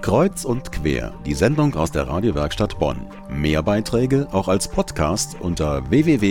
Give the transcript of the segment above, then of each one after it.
Kreuz und quer, die Sendung aus der Radiowerkstatt Bonn. Mehr Beiträge auch als Podcast unter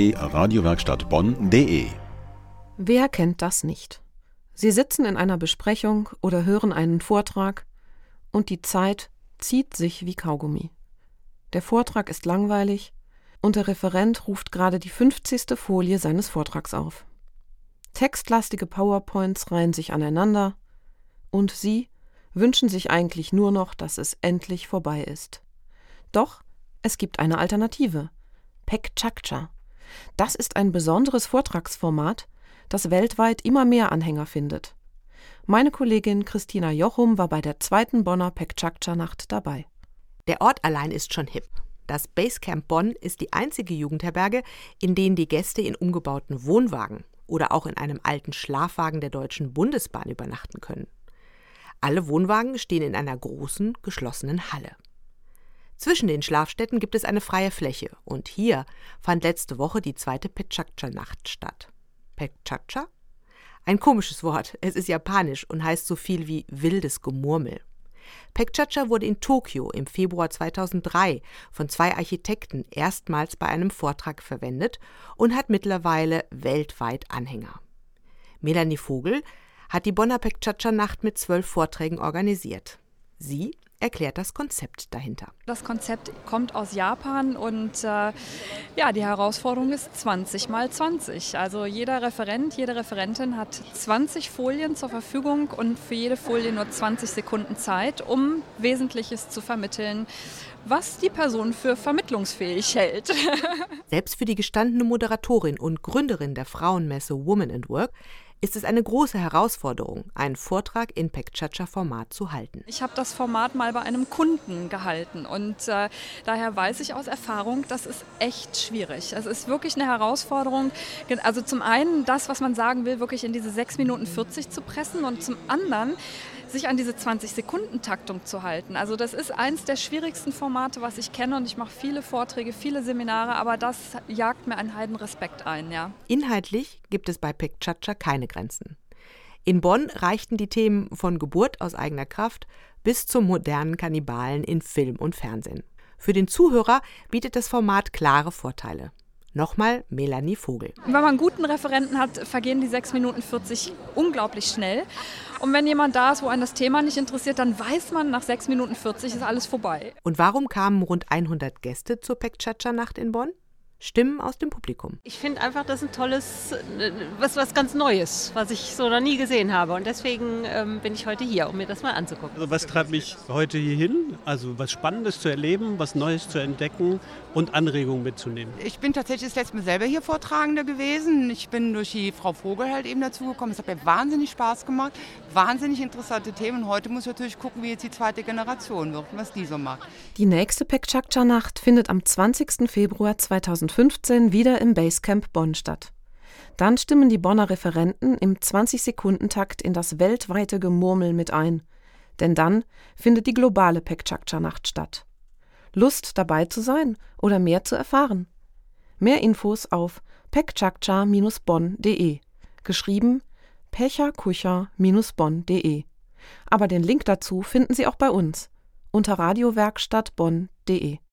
www.radiowerkstattbonn.de. Wer kennt das nicht? Sie sitzen in einer Besprechung oder hören einen Vortrag und die Zeit zieht sich wie Kaugummi. Der Vortrag ist langweilig und der Referent ruft gerade die 50. Folie seines Vortrags auf. Textlastige PowerPoints reihen sich aneinander und Sie wünschen sich eigentlich nur noch, dass es endlich vorbei ist. Doch es gibt eine Alternative. Pek-Chak-Cha. Das ist ein besonderes Vortragsformat, das weltweit immer mehr Anhänger findet. Meine Kollegin Christina Jochum war bei der 2. Bonner Pek-Chak-Cha-Nacht dabei. Der Ort allein ist schon hip. Das Basecamp Bonn ist die einzige Jugendherberge, in denen die Gäste in umgebauten Wohnwagen oder auch in einem alten Schlafwagen der Deutschen Bundesbahn übernachten können. Alle Wohnwagen stehen in einer großen, geschlossenen Halle. Zwischen den Schlafstätten gibt es eine freie Fläche und hier fand letzte Woche die 2. Pek-Chak-Cha-Nacht statt. Pek-Chak-Cha? Ein komisches Wort, es ist japanisch und heißt so viel wie wildes Gemurmel. Pek-Chak-Cha wurde in Tokio im Februar 2003 von 2 Architekten erstmals bei einem Vortrag verwendet und hat mittlerweile weltweit Anhänger. Melanie Vogel hat die Bonner Pek-Chak-Cha-Nacht mit 12 Vorträgen organisiert. Sie erklärt das Konzept dahinter. Das Konzept kommt aus Japan und die Herausforderung ist 20 mal 20. Also jeder Referent, jede Referentin hat 20 Folien zur Verfügung und für jede Folie nur 20 Sekunden Zeit, um Wesentliches zu vermitteln, was die Person für vermittlungsfähig hält. Selbst für die gestandene Moderatorin und Gründerin der Frauenmesse Women and Work ist es eine große Herausforderung, einen Vortrag in Pek-Chak-Cha-Format zu halten. Ich habe das Format mal bei einem Kunden gehalten und daher weiß ich aus Erfahrung, das ist echt schwierig. Es ist wirklich eine Herausforderung, also zum einen das, was man sagen will, wirklich in diese 6 Minuten 40 zu pressen und zum anderen sich an diese 20-Sekunden-Taktung zu halten. Also das ist eins der schwierigsten Formate, was ich kenne und ich mache viele Vorträge, viele Seminare, aber das jagt mir einen Heidenrespekt ein, ja. Inhaltlich gibt es bei Pek-Chak-Cha keine Grenzen. In Bonn reichten die Themen von Geburt aus eigener Kraft bis zum modernen Kannibalen in Film und Fernsehen. Für den Zuhörer bietet das Format klare Vorteile. Nochmal Melanie Vogel. Wenn man einen guten Referenten hat, vergehen die 6 Minuten 40 unglaublich schnell. Und wenn jemand da ist, wo einen das Thema nicht interessiert, dann weiß man, nach 6 Minuten 40 ist alles vorbei. Und warum kamen rund 100 Gäste zur Pek-Chak-Cha-Nacht in Bonn? Stimmen aus dem Publikum. Ich finde einfach, das ist ein tolles, was ganz Neues, was ich so noch nie gesehen habe. Und deswegen bin ich heute hier, um mir das mal anzugucken. Also was treibt mich heute hier hin? Also was Spannendes zu erleben, was Neues zu entdecken und Anregungen mitzunehmen. Ich bin tatsächlich das letzte Mal selber hier Vortragende gewesen. Ich bin durch die Frau Vogel halt eben dazugekommen. Es hat mir wahnsinnig Spaß gemacht, wahnsinnig interessante Themen. Und heute muss ich natürlich gucken, wie jetzt die zweite Generation wird und was die so macht. Die nächste Pek-Chak-Cha-Nacht findet am 20. Februar 2015 wieder im Basecamp Bonn statt. Dann stimmen die Bonner Referenten im 20-Sekunden-Takt in das weltweite Gemurmel mit ein. Denn dann findet die globale Pek-Chak-Cha-Nacht statt. Lust dabei zu sein oder mehr zu erfahren? Mehr Infos auf pekchakcha-bonn.de. Geschrieben pechakucha-bonn.de. Aber den Link dazu finden Sie auch bei uns unter radiowerkstattbonn.de.